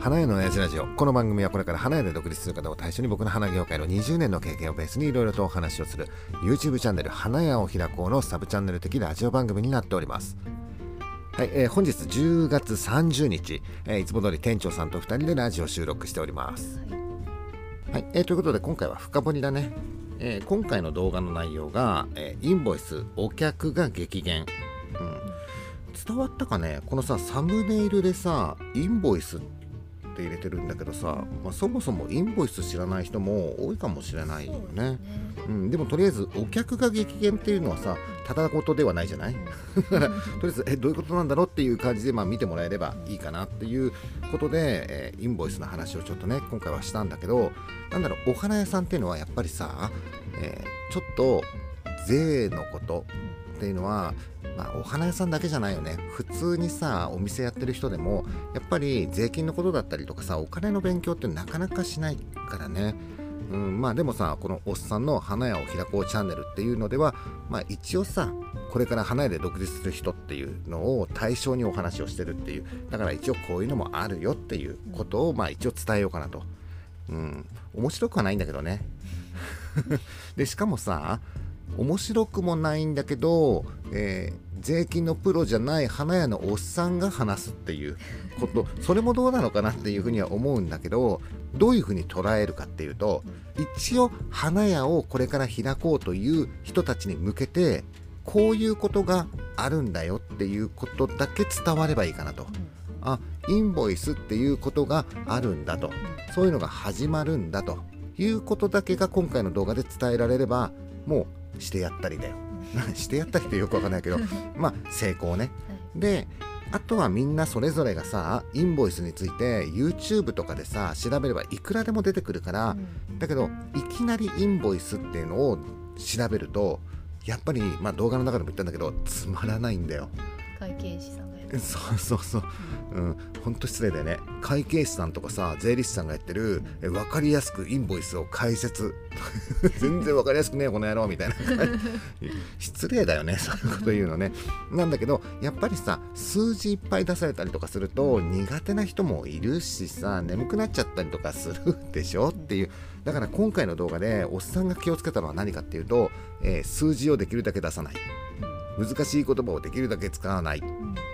花屋の親父ラジオ。この番組はこれから花屋で独立する方を対象に僕の花業界の20年の経験をベースにいろいろとお話をする YouTube チャンネル花屋を開こうのサブチャンネル的ラジオ番組になっております。はい、本日10月30日、いつも通り店長さんと2人でラジオ収録しております。はい、ということで今回は深掘りだね。今回の動画の内容が、インボイスお客が激減、伝わったかね。このさサムネイルでさインボイスって入れてるんだけどさ、そもそもインボイス知らない人も多いかもしれないよね。でもとりあえずお客が激減っていうのはさただ事ではないじゃないだからとりあえずどういうことなんだろうっていう感じで見てもらえればいいかなっていうことで、インボイスの話をちょっとね今回はしたんだけど、お花屋さんっていうのはやっぱりさ、ちょっと税のことっていうのはお花屋さんだけじゃないよね。普通にさお店やってる人でもやっぱり税金のことだったりとかさお金の勉強ってなかなかしないからね。でもさこのおっさんの花屋を開こうチャンネルっていうのでは一応さこれから花屋で独立する人っていうのを対象にお話をしてるっていう、だから一応こういうのもあるよっていうことを一応伝えようかなと。面白くはないんだけどねでしかもさ面白くもないんだけど、税金のプロじゃない花屋のおっさんが話すっていうことそれもどうなのかなっていうふうには思うんだけど、どういうふうに捉えるかっていうと、一応花屋をこれから開こうという人たちに向けてこういうことがあるんだよっていうことだけ伝わればいいかなと。インボイスっていうことがあるんだと、そういうのが始まるんだということだけが今回の動画で伝えられればもうしてやったりだよしてやったりってよくわかんないけど成功ね。であとはみんなそれぞれがさインボイスについて YouTube とかでさ調べればいくらでも出てくるから、だけどいきなりインボイスっていうのを調べるとやっぱり動画の中でも言ったんだけどつまらないんだよ。 会計士さんがやってる。 そう、ほんと失礼だよね。会計士さんとかさ税理士さんがやってる分かりやすくインボイスを解説全然分かりやすくねこの野郎みたいな失礼だよねそういうこと言うのね。なんだけどやっぱりさ数字いっぱい出されたりとかすると苦手な人もいるしさ眠くなっちゃったりとかするでしょっていう。だから今回の動画でおっさんが気をつけたのは何かっていうと、数字をできるだけ出さない、難しい言葉をできるだけ使わない、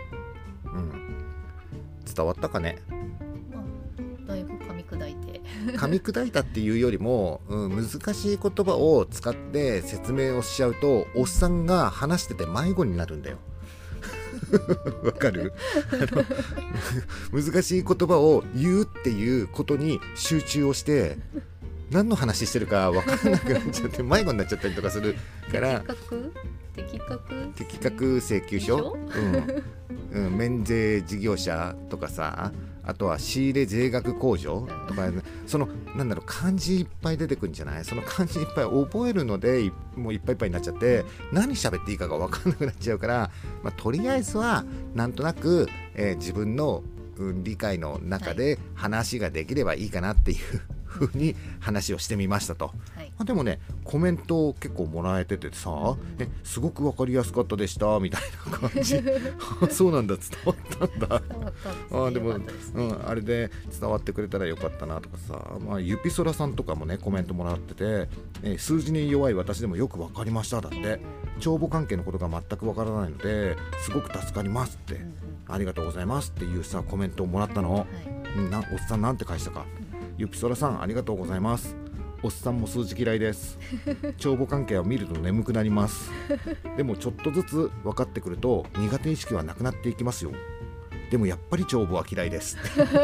伝わったかね。 だいぶ噛み砕いて噛み砕いたっていうよりも、難しい言葉を使って説明をしちゃうとおっさんが話してて迷子になるんだよわかる難しい言葉を言うっていうことに集中をして何の話してるか分からなくなっちゃって迷子になっちゃったりとかするから適格請求書、免税事業者とかさ、あとは仕入れ税額控除とか、その漢字いっぱい出てくるんじゃない。その漢字いっぱい覚えるのでもういっぱいいっぱいになっちゃって何喋っていいかが分かんなくなっちゃうから、とりあえずはなんとなく、自分の理解の中で話ができればいいかなっていう風に話をしてみましたと。でもねコメント結構もらえててさ、すごく分かりやすかったでしたみたいな感じそうなんだ、伝わったんだでも、あれで伝わってくれたらよかったなとかさ、ゆぴそらさんとかもねコメントもらってて、数字に弱い私でもよく分かりましただって。帳簿関係のことが全く分からないのですごく助かりますって、ありがとうございますっていうさコメントをもらったの。おっさんなんて返したか。ゆぴそらさんありがとうございます。おっさんも数字嫌いです。帳簿関係を見ると眠くなります。でもちょっとずつ分かってくると苦手意識はなくなっていきますよ。でもやっぱり帳簿は嫌いです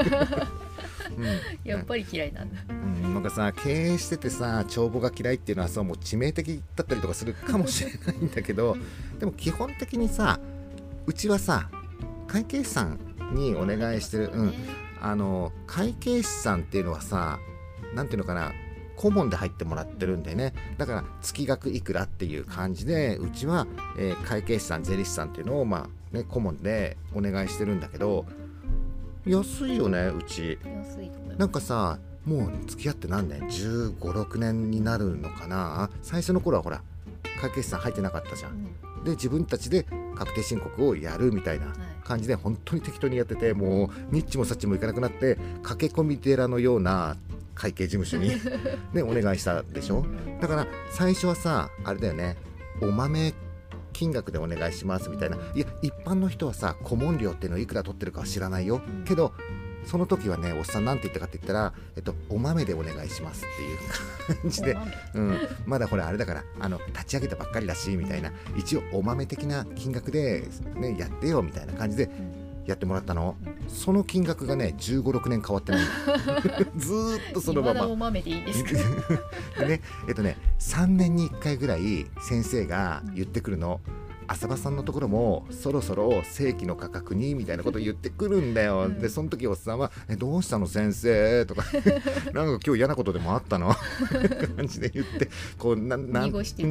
やっぱり嫌いなんだ。 経営しててさ帳簿が嫌いっていうのはさもう致命的だったりとかするかもしれないんだけどでも基本的にさうちはさ会計士さんにお願いしてる、会計士さんっていうのはさなんていうのかな、顧問で入ってもらってるんでね。だから月額いくらっていう感じでうちは、会計士さん税理士さんっていうのを顧問でお願いしてるんだけど安いよねうち。さもう付き合って何年15、16年になるのかな。最初の頃はほら会計士さん入ってなかったじゃん、で自分たちで確定申告をやるみたいな感じで本当に適当にやってて、もうニッチもサッチもいかなくなって駆け込み寺のような会計事務所に、ね、お願いしたでしょ。だから最初はさあれだよね、お豆金額でお願いしますみたいな。いや一般の人はさ顧問料っていうのをいくら取ってるかは知らないよ、けどその時はねおっさんなんて言ったかって言ったら、お豆でお願いしますっていう感じで、まだこれあれだから立ち上げたばっかりだしみたいな、一応お豆的な金額で、ね、やってよみたいな感じでやってもらったの。その金額がね15、6年変わってないずーっとそのまま。 まだお豆でいいですかでね3年に1回ぐらい先生が言ってくるの、浅場さんのところもそろそろ正規の価格にみたいなこと言ってくるんだよ、でその時おっさんはどうしたの先生とかなんか今日嫌なことでもあったの感じで言ってこう濁して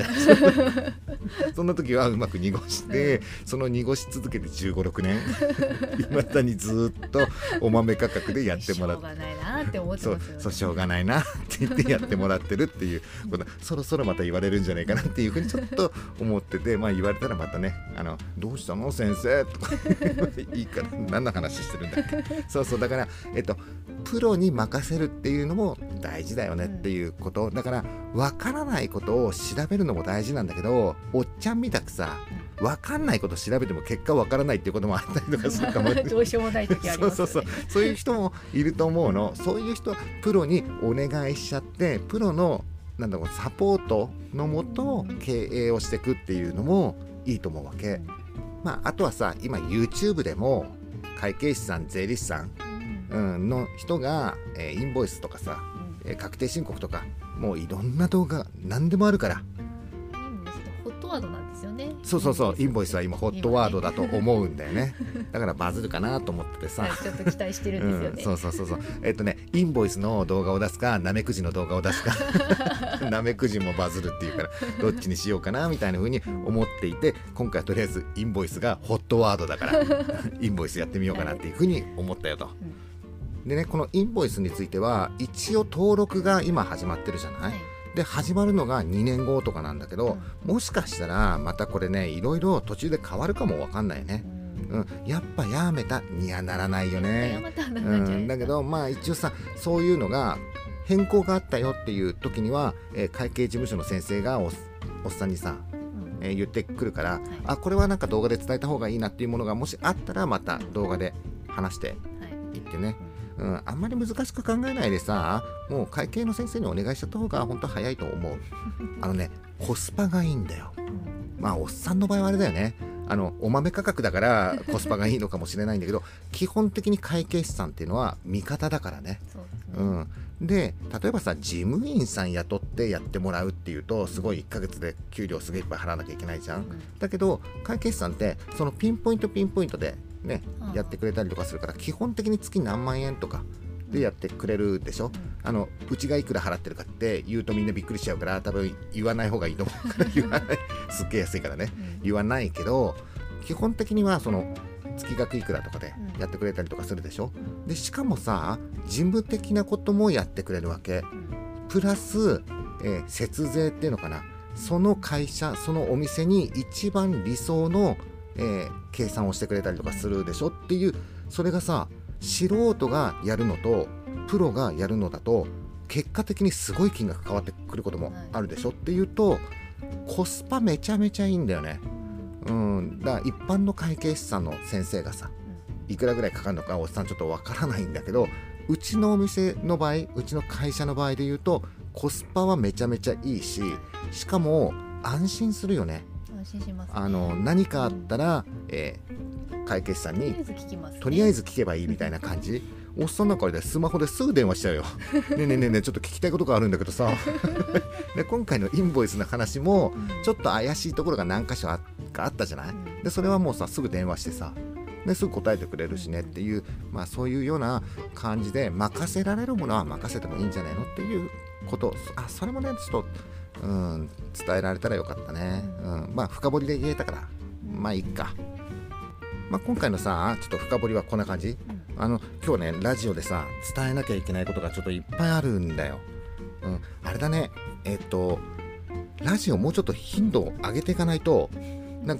そんな時はうまく濁して、その濁し続けて15、6年いまだにずっとお豆価格でやってもらって、 しょうがないなって思ってますよね。 そうしょうがないなって言ってやってもらってるっていうことそろそろまた言われるんじゃないかなっていうふうにちょっと思ってて、まあ言われたらまたねどうしたの先生とかいいから何の話してるんだっけそうだからプロに任せるっていうのも大事だよねっていうこと、だから分からないことを調べるのも大事なんだけど、おっちゃんみたくさ分かんないこと調べても結果分からないっていうこともあったりとかするかもどうしようもない時ありますよね。 そういう人もいると思うの。そういう人はプロにお願いしちゃって、プロのサポートのもと経営をしていくっていうのもいいと思うわけ。あとはさ今 YouTube でも会計士さん税理士さん、の人が、インボイスとかさ、確定申告とかもういろんな動画何でもあるから。 ホットワードなんですよね。 そうインボイスは今ホットワードだと思うんだよねだからバズるかなと思っててさ、 ちょっと期待してるんですよね。 そうインボイスの動画を出すかなめくじの動画を出すかなめくじもバズるっていうからどっちにしようかなみたいな風に思っていて、今回はとりあえずインボイスがホットワードだからインボイスやってみようかなっていう風に思ったよと。でね、このインボイスについては一応登録が今始まってるじゃない、で始まるのが2年後とかなんだけど、もしかしたらまたこれねいろいろ途中で変わるかもわかんないね。やっぱやめたにはならないよね。だけど一応さそういうのが変更があったよっていう時には、会計事務所の先生がおっさんにさ、言ってくるから、これはなんか動画で伝えた方がいいなっていうものがもしあったらまた動画で話していってね。あんまり難しく考えないでさ、もう会計の先生にお願いしちゃった方が本当は早いと思う。コスパがいいんだよ。おっさんの場合はあれだよね、お豆価格だからコスパがいいのかもしれないんだけど基本的に会計士さんっていうのは味方だからね。で例えばさ事務員さん雇ってやってもらうっていうとすごい1ヶ月で給料すげえいっぱい払わなきゃいけないじゃん。だけど会計士さんってそのピンポイントでね、やってくれたりとかするから、基本的に月何万円とかでやってくれるでしょ。うちがいくら払ってるかって言うとみんなびっくりしちゃうから、多分言わない方がいいと思うから言わないすっげえ安いからね、言わないけど基本的にはその月額いくらとかでやってくれたりとかするでしょ。でしかもさ事務的なこともやってくれるわけ。プラス、節税っていうのかな、その会社そのお店に一番理想の計算をしてくれたりとかするでしょっていう、それがさ素人がやるのとプロがやるのだと結果的にすごい金額変わってくることもあるでしょっていうと、コスパめちゃめちゃいいんだよね。だから一般の会計士さんの先生がさいくらぐらいかかるのかおっさんちょっとわからないんだけど、うちのお店の場合うちの会社の場合で言うとコスパはめちゃめちゃいいし、しかも安心するよね。 安心しますね。 何かあったら、会計士さんにとりあえず聞けばいいみたいな感じ。おっさんなんかでスマホですぐ電話しちゃうよねえねえちょっと聞きたいことがあるんだけどさで今回のインボイスの話もちょっと怪しいところが何箇所あったじゃない。でそれはもうさすぐ電話してさですぐ答えてくれるしねっていう、そういうような感じで任せられるものは任せてもいいんじゃないのっていうこと。それもねちょっと伝えられたらよかったね。深掘りで言えたからいいか。今回のさちょっと深掘りはこんな感じ。今日ねラジオでさ伝えなきゃいけないことがちょっといっぱいあるんだよ。あれだねラジオもうちょっと頻度を上げていかないとなんか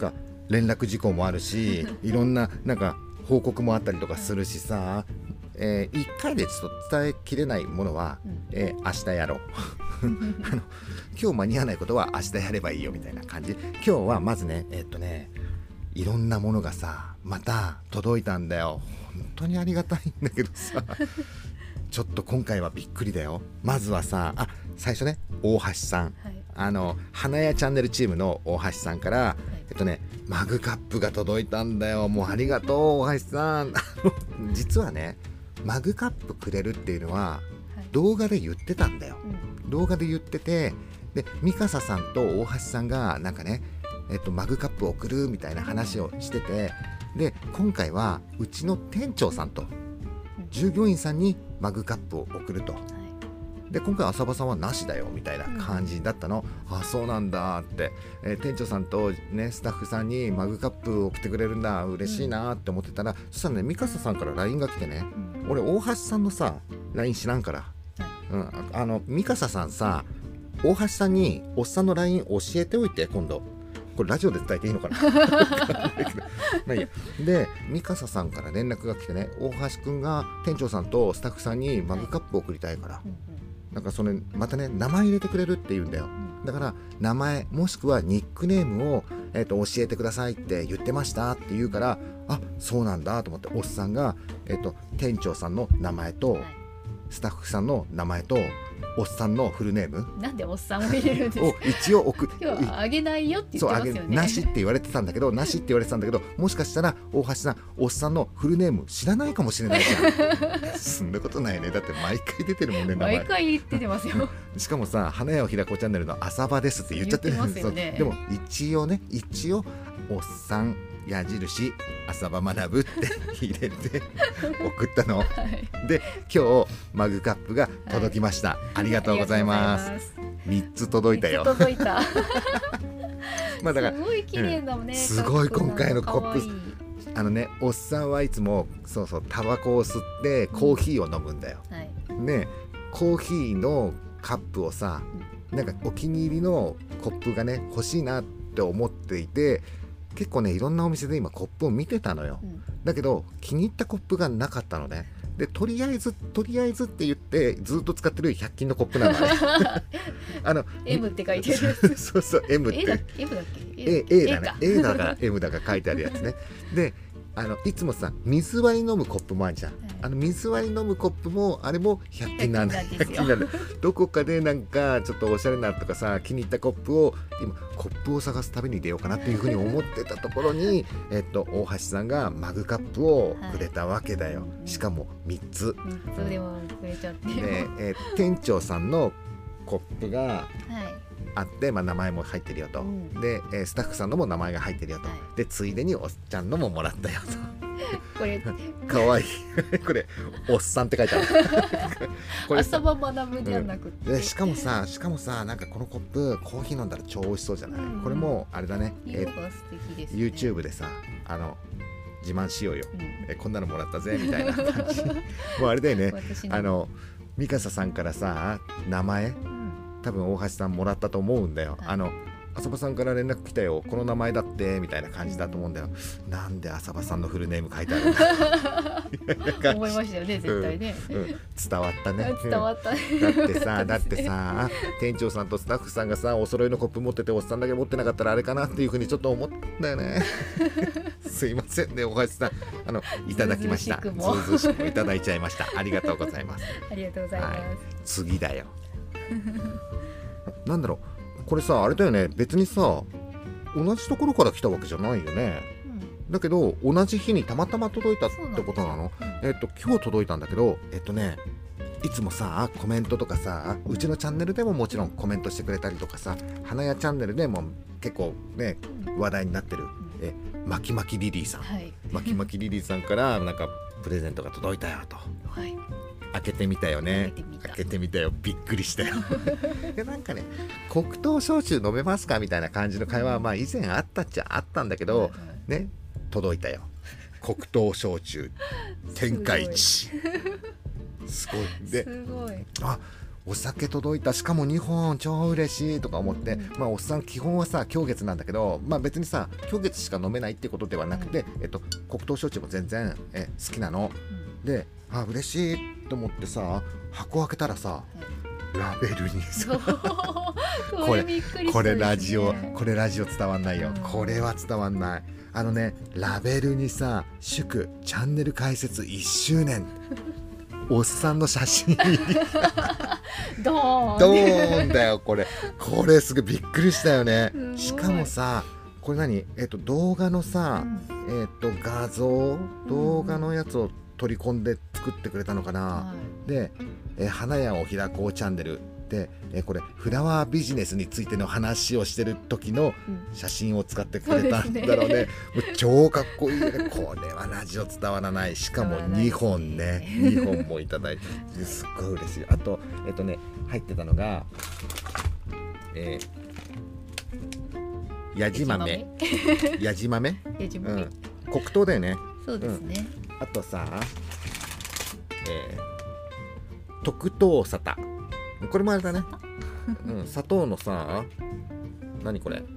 連絡事項もあるしいろんななんか報告もあったりとかするしさ、1回でちょっと伝えきれないものは、明日やろう今日間に合わないことは明日やればいいよみたいな感じ。今日はまずねいろんなものがさまた届いたんだよ。本当にありがたいんだけどさちょっと今回はびっくりだよ。まずはさ最初ね大橋さん、花屋チャンネルチームの大橋さんからマグカップが届いたんだよ。もうありがとう大橋さん実はねマグカップくれるっていうのは動画で言ってたんだよ、動画で言ってて、でミカサさんと大橋さんがなんかねマグカップを送るみたいな話をしてて、で今回はうちの店長さんと従業員さんにマグカップを送ると、で今回浅場さんはなしだよみたいな感じだったの、そうなんだって、店長さんとねスタッフさんにマグカップを送ってくれるんだ嬉しいなって思ってたら、そしたらねミカサさんから LINE が来てね、俺大橋さんのさ LINE 知らんから、ミカサさんさ大橋さんにおっさんの LINE 教えておいて今度。これラジオで伝えていいのかなないや。でミカサさんから連絡が来てね、大橋くんが店長さんとスタッフさんにマグカップを送りたいから、なんかそれまたね名前入れてくれるって言うんだよ。だから名前もしくはニックネームを、教えてくださいって言ってましたって言うから、そうなんだと思って、おっさんが、店長さんの名前と、スタッフさんの名前とおっさんのフルネームなんでおっさんを入れるんですか。 を一応今日はあげないよって言ってますよね。 なしって言われてたんだけどもしかしたら大橋さんおっさんのフルネーム知らないかもしれないじゃんそんなことないね。だって毎回出てるもんね名前。 毎回出てますよしかもさ花屋を開こうチャンネルの浅場ですって言っちゃってるんですよね。でも一応おっさん矢印浅場学ぶって入れて送ったの、で今日マグカップが届きました、ありがとうございます。3つ届いたよ。 届いたまあだからすごい綺麗だもんね、 すごい今回のコップおっさんはいつもタバコを吸ってコーヒーを飲むんだよ、ね、コーヒーのカップをさなんかお気に入りのコップがね欲しいなって思っていて、結構ねいろんなお店で今コップを見てたのよ、だけど気に入ったコップがなかったのね。でとりあえずって言ってずっと使ってる100均のコップなの M って書いてるそう M って M だっけ A だね A だから M だから書いてあるやつね。でいつもさ水割り飲むコップもあるじゃん、水割り飲むコップもあれも100均なんだどこかでなんかちょっとおしゃれなとかさ気に入ったコップを今コップを探す旅に出ようかなっていうふうに思ってたところに大橋さんがマグカップをくれたわけだよ、しかも3つでもくれちゃってで、店長さんのコップがあって、名前も入ってるよと、で、スタッフさんのも名前が入ってるよと、でついでにおっちゃんのももらったよとこれかわいいこれおっさんって書いてあるこれ浅場学ぶじゃなくて、 でしかもさなんかこのコップコーヒー飲んだら超美味しそうじゃない、これもあれだね、 色が素敵ですね。 YouTube でさ自慢しようよ、こんなのもらったぜみたいな感じもうあれだよねミカサさんからさ名前、多分大橋さんもらったと思うんだよ、浅場さんから連絡来たよこの名前だってみたいな感じだと思うんだよ。なんで浅場さんのフルネーム書いてあるんだ思いましたよね絶対ね、 伝わったね伝わったね、 だってさ店長さんとスタッフさんがさお揃いのコップ持ってておっさんだけ持ってなかったらあれかなっていうふうにちょっと思ったんだよねすいませんね大橋さんいただきました。ずうずうしくもいただいちゃいましたありがとうございますありがとうございます、 次だよなんだろうこれさあれだよね、別にさ同じところから来たわけじゃないよね、だけど同じ日にたまたま届いたってことなの。今日届いたんだけどいつもさコメントとかさうちのチャンネルでももちろんコメントしてくれたりとかさ花屋チャンネルでも結構ね話題になってるまきまきリリーさん、まきまきリリーさんからなんかプレゼントが届いたよと、開けてみたよね。開けてみたよ。びっくりしたよでなんかね黒糖焼酎飲めますかみたいな感じの会話は以前あったっちゃあったんだけど、ね届いたよ黒糖焼酎天下一すごいで、 お酒届いた、しかも2本超嬉しいとか思って、まあおっさん基本はさ狂月なんだけど、まあ別にさ狂月しか飲めないってことではなくて、黒糖焼酎も全然好きなの、で嬉しいと思ってさ箱開けたらさ、ラベルにさこれラジオ伝わんないよ、これは伝わんない。ラベルにさ祝チャンネル開設1周年おっさんの写真ドーンだよ。これすごいびっくりしたよね。しかもさこれ何、動画のさ、画像、動画のやつを取り込んで作ってくれたのかな、で、花屋を開こうチャンネルで、これフラワービジネスについての話をしてる時の写真を使ってくれたんだろうね。もう超かっこいいよね。これはラジオ伝わらない。しかも2本ね、2本もいただいてすっごい嬉しい。あと入ってたのがやじ豆黒糖だよね。 そうですね、 あとさ特糖沙汰、これもあれだね、砂糖のさ何これ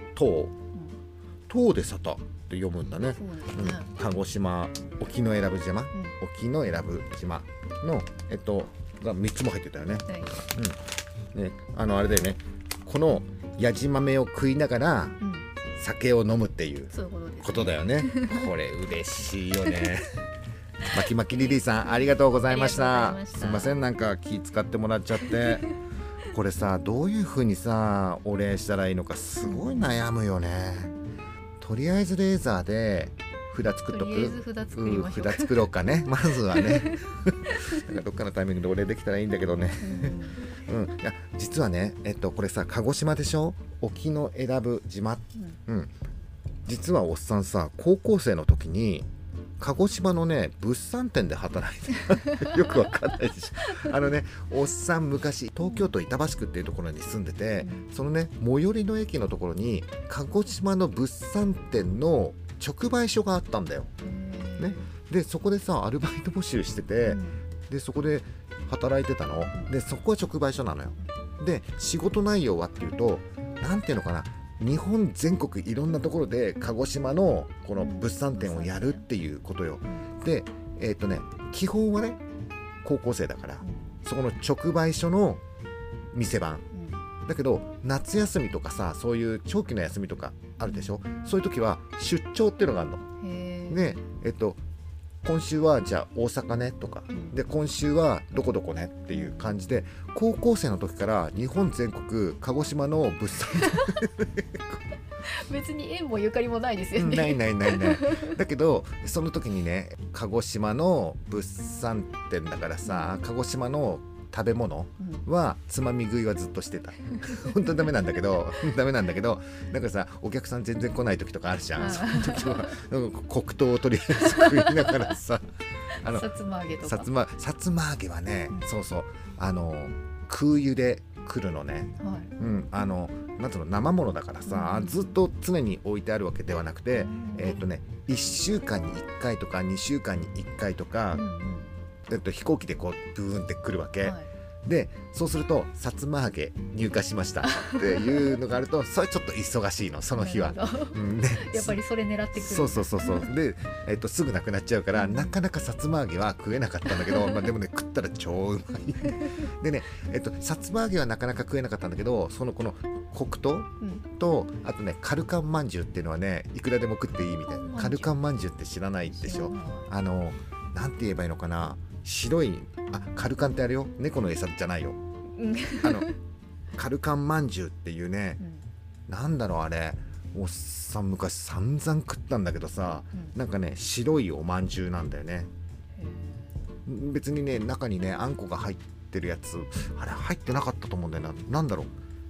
糖で沙汰って読むんだね。鹿児島沖永良部島、沖永良部島のが3つも入ってたよね。あれだよね、このやじ豆を食いながら酒を飲むっていうことだよね。これ嬉しいよね。まきまきリリーさんありがとうございました。すいません、なんか気使ってもらっちゃって。これさどういう風にさお礼したらいいのかすごい悩むよね。とりあえずレーザーで札作っとく。札作ろうかね。まずはね。なんかどっかのタイミングでお礼できたらいいんだけどね。いや実はねこれさ鹿児島でしょ、沖永良部島。実はおっさんさ高校生の時に鹿児島のね物産展で働いてよくわかんないでしょ。おっさん昔東京都板橋区っていうところに住んでて、そのね最寄りの駅のところに鹿児島の物産展の直売所があったんだよ、ね、でそこでさアルバイト募集してて、でそこで働いてたので、そこは直売所なのよ。で仕事内容はっていうとなんていうのかな、日本全国いろんなところで鹿児島のこの物産展をやるっていうことよ。で基本はね高校生だからそこの直売所の店番だけど、夏休みとかさそういう長期の休みとかあるでしょ。そういう時は出張っていうのがあるのね。今週はじゃあ大阪ねとかで、今週はどこどこねっていう感じで、高校生の時から日本全国鹿児島の物産別に縁もゆかりもないですよね。 ないだけどその時にね鹿児島の物産展だからさ、鹿児島の食べ物はつまみ食いはずっとしてた。本当はダメなんだけどなんかさお客さん全然来ない時とかあるじゃん。その時は黒糖をとりあえず食いながらささつま揚げとかさつま揚げはね、そう空輸で来るのね、なんつうの生ものだからさ、ずっと常に置いてあるわけではなくて、1週間に1回とか2週間に1回とか、飛行機でこうブーンって来るわけ、でそうするとさつま揚げ入荷しましたっていうのがあるとそれちょっと忙しいのその日は、 やっぱりそれ狙ってくる。 そうで、すぐなくなっちゃうからなかなかさつま揚げは食えなかったんだけど、でもね食ったら超うまいでね、さつま揚げはなかなか食えなかったんだけど、この黒糖と、あとねカルカンまんじゅうっていうのはねいくらでも食っていいみたいな。カルカンまんじゅうって知らないでしょ。なんて言えばいいのかな、白いカルカンってあれよ、猫の餌じゃないよ。カルカンまんじゅうっていうね、なんだろうあれ、おっさん昔散々食ったんだけどさ、なんかね白いおまんじゅうなんだよね。別にね中にねあんこが入ってるやつあれ入ってなかったと思うんだよな。なんだろう、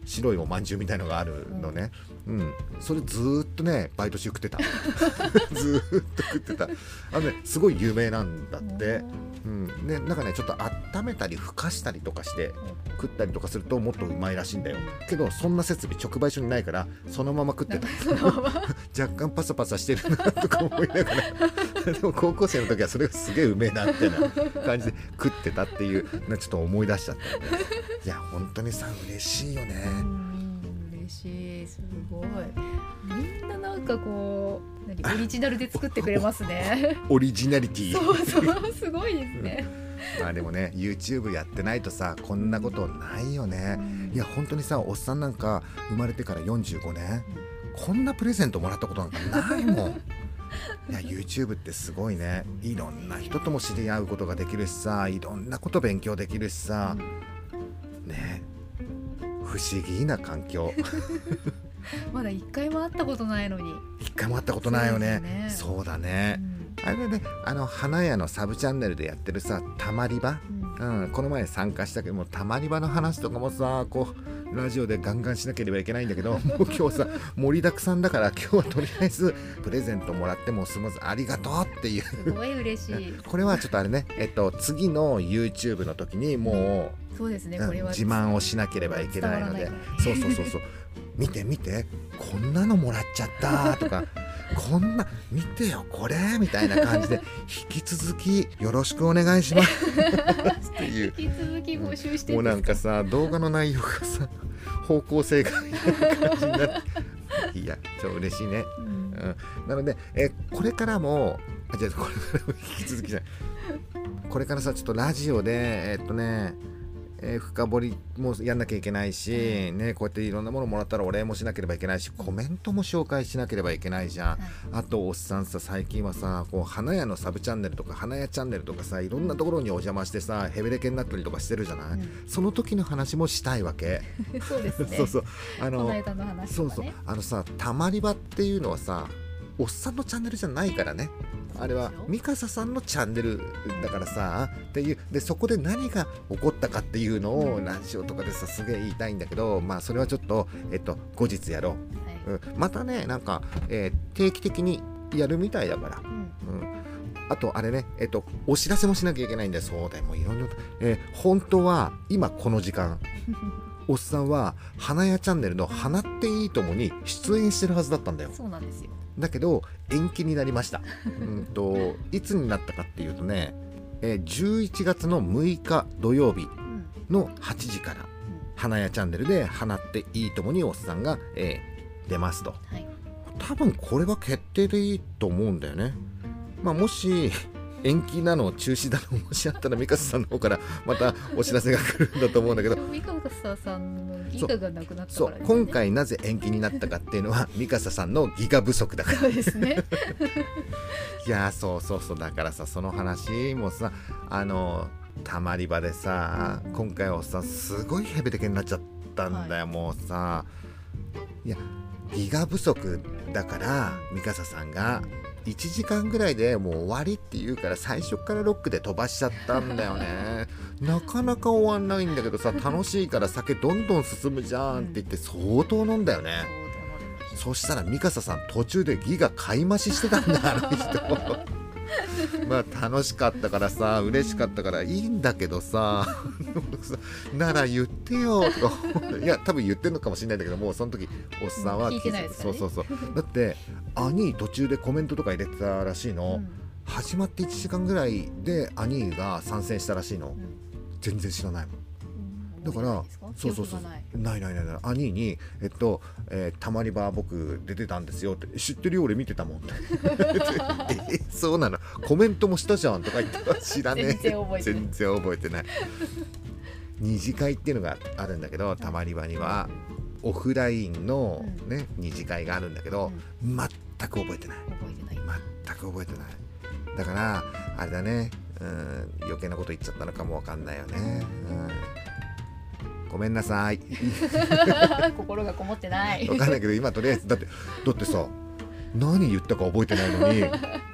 白いおまんじゅうみたいのがあるのね、それずーっとねバイト中食ってたずーっと食ってた。すごい有名なんだって、でなんかねちょっと温めたりふかしたりとかして食ったりとかするともっとうまいらしいんだよ。けどそんな設備直売所にないからそのまま食ってた若干パサパサしてるなとか思いながらでも高校生の時はそれがすげえうめえなみたいな感じで食ってたっていうのちょっと思い出しちゃったんで、いや本当にさ嬉しいよね。 嬉しい、すごい。みんななんかこうオリジナルで作ってくれますねオリジナリティそうすごいですねまあでもね YouTube やってないとさこんなことないよね。いや本当にさおっさんなんか生まれてから45年こんなプレゼントもらったことなんかないもんいや YouTube ってすごいね。いろんな人とも知り合うことができるしさ、いろんなこと勉強できるしさ、ね、不思議な環境まだ一回も会ったことないのに。 一回も会ったことないよね。そうだね、あれね、花屋のサブチャンネルでやってるさたまり場、この前参加したけどもたまり場の話とかもさこうラジオでガンガンしなければいけないんだけどもう今日さ盛りだくさんだから今日はとりあえずプレゼントもらってもスムーズありがとうっていうすごい嬉しいこれはちょっとあれね、次の YouTube の時にもう、 そうですね、これは自慢をしなければいけないので、そう見て見てこんなのもらっちゃったとかこんな見てよこれみたいな感じで引き続きよろしくお願いしますっていう引き続き募集してもうなんかさ動画の内容がさ方向性がいい感じになっていや超嬉しいね、なので、これからもじゃあこれからも引き続きじゃないこれからさちょっとラジオで深掘りもやんなきゃいけないし、ね、こうやっていろんなものもらったらお礼もしなければいけないしコメントも紹介しなければいけないじゃん、あとおっさんさ最近はさこう花屋のサブチャンネルとか花屋チャンネルとかさいろんなところにお邪魔してさヘベレケになったりとかしてるじゃない、その時の話もしたいわけそうですねそうそうこの間の話とかね、 さたまり場っていうのはさおっさんのチャンネルじゃないからね、あれはミカサさんのチャンネルだからさっていうでそこで何が起こったかっていうのをラジオとかでさすげえ言いたいんだけど、まあそれはちょっと後日やろう、またねなんか、定期的にやるみたいだから、あとあれねお知らせもしなきゃいけないんだよ。そうだよもういろんな、本当は今この時間おっさんは花屋チャンネルの花っていいともに出演してるはずだったんだよ。 そうなんですよ。 だけど延期になりましたいつになったかっていうとね、11月の6日土曜日の8時から、花屋チャンネルで花っていいともにおっさんが、出ますと、多分これは決定でいいと思うんだよね。まあもし延期なの中止だのもしあったらミカサさんの方からまたお知らせが来るんだと思うんだけどミカサさんのギガがなくなったからですね。 そう今回なぜ延期になったかっていうのはミカサさんのギガ不足だからそうですねいやそうだからさその話もさたまり場でさ今回はさすごいヘベレケになっちゃったんだよ、もうさいやギガ不足だからミカサさんが1時間ぐらいでもう終わりって言うから最初からロックで飛ばしちゃったんだよねなかなか終わんないんだけどさ楽しいから酒どんどん進むじゃんって言って相当飲んだよね、そしたらミカサさん途中でギガ買い増ししてたんだあの人まあ楽しかったからさ嬉しかったからいいんだけどさなら言ってよとかいや多分言ってんのかもしれないんだけどもうその時おっさんは聞いてないですからね。 そうだって兄途中でコメントとか入れてたらしいの、始まって1時間ぐらいで兄が参戦したらしいの、全然知らないもん。だからそうない兄にたまり場僕出てたんですよって知ってるよ俺見てたもんってそうなのコメントもしたじゃんとか言って知らねえ全然覚えてない二次会っていうのがあるんだけどたまり場にはオフラインのね二次会があるんだけど全く覚えてない全く覚えてないだからあれだね余計なこと言っちゃったのかもわかんないよね、ごめんなさい心がこもってないわかんないけど今とりあえずだってさ何言ったか覚えてないのに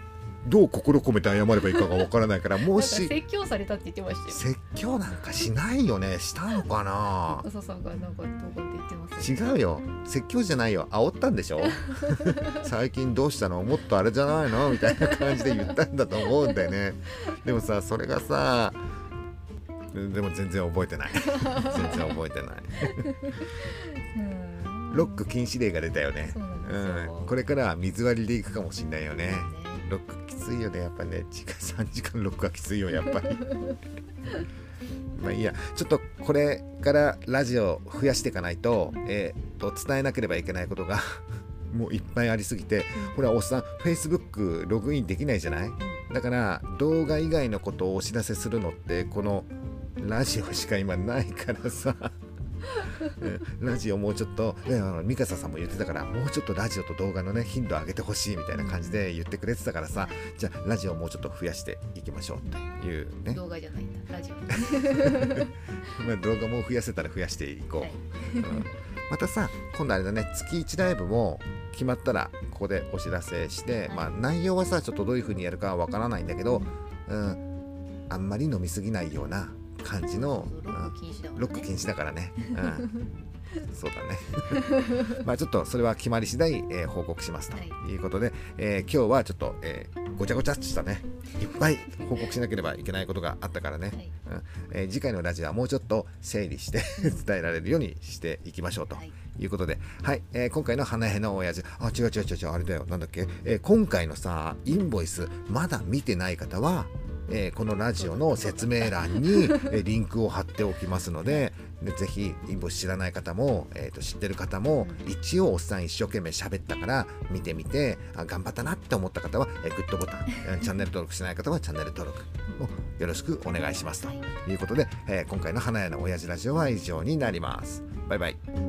どう心込めて謝ればいいかがわからないから、もし説教されたって言ってましたよ。 説教なんかしないよね。したのかな。 朝さんがなんか動画で言ってますよ。 違うよ、説教じゃないよ、煽ったんでしょ最近どうしたの、もっとあれじゃないのみたいな感じで言ったんだと思うんだよね。でもさ、それがさ、でも全然覚えてない全然覚えてないロック禁止令が出たよね。 そうなんですよ、 これからは水割りでいくかもしんないよね。 ねロックきついよね、やっぱね。3時間ロックはきついよ、やっぱりまあいいや、ちょっとこれからラジオ増やしていかないと、伝えなければいけないことがもういっぱいありすぎて、ほらおっさん Facebook ログインできないじゃない。だから動画以外のことをお知らせするのってこのラジオしか今ないからさラジオもうちょっと、ミカサさんも言ってたから、もうちょっとラジオと動画のね頻度上げてほしいみたいな感じで言ってくれてたからさ、じゃあラジオもうちょっと増やしていきましょうっていうね。 動画じゃないんだ、ラジオまあ動画も増やせたら増やしていこう、 はいまたさ、今度あれだね、月1ライブも決まったらここでお知らせして、まあ内容はさちょっとどういう風にやるかはわからないんだけど、あんまり飲みすぎないような感じの、ロック禁止だからね、そうだねまあちょっとそれは決まり次第、報告しますということで、今日はちょっと、ごちゃごちゃっとしたね、いっぱい報告しなければいけないことがあったからね、次回のラジオはもうちょっと整理して伝えられるようにしていきましょうということで、はい、今回の花屋の親父、違うあれだよ、なんだっけ、今回のさインボイスまだ見てない方は、このラジオの説明欄にリンクを貼っておきますので、ぜひインボイス知らない方も、知ってる方も、一応おっさん一生懸命喋ったから見てみて、頑張ったなって思った方は、グッドボタン、チャンネル登録しない方はチャンネル登録をよろしくお願いしますということで、今回の花屋の親父ラジオは以上になります。バイバイ。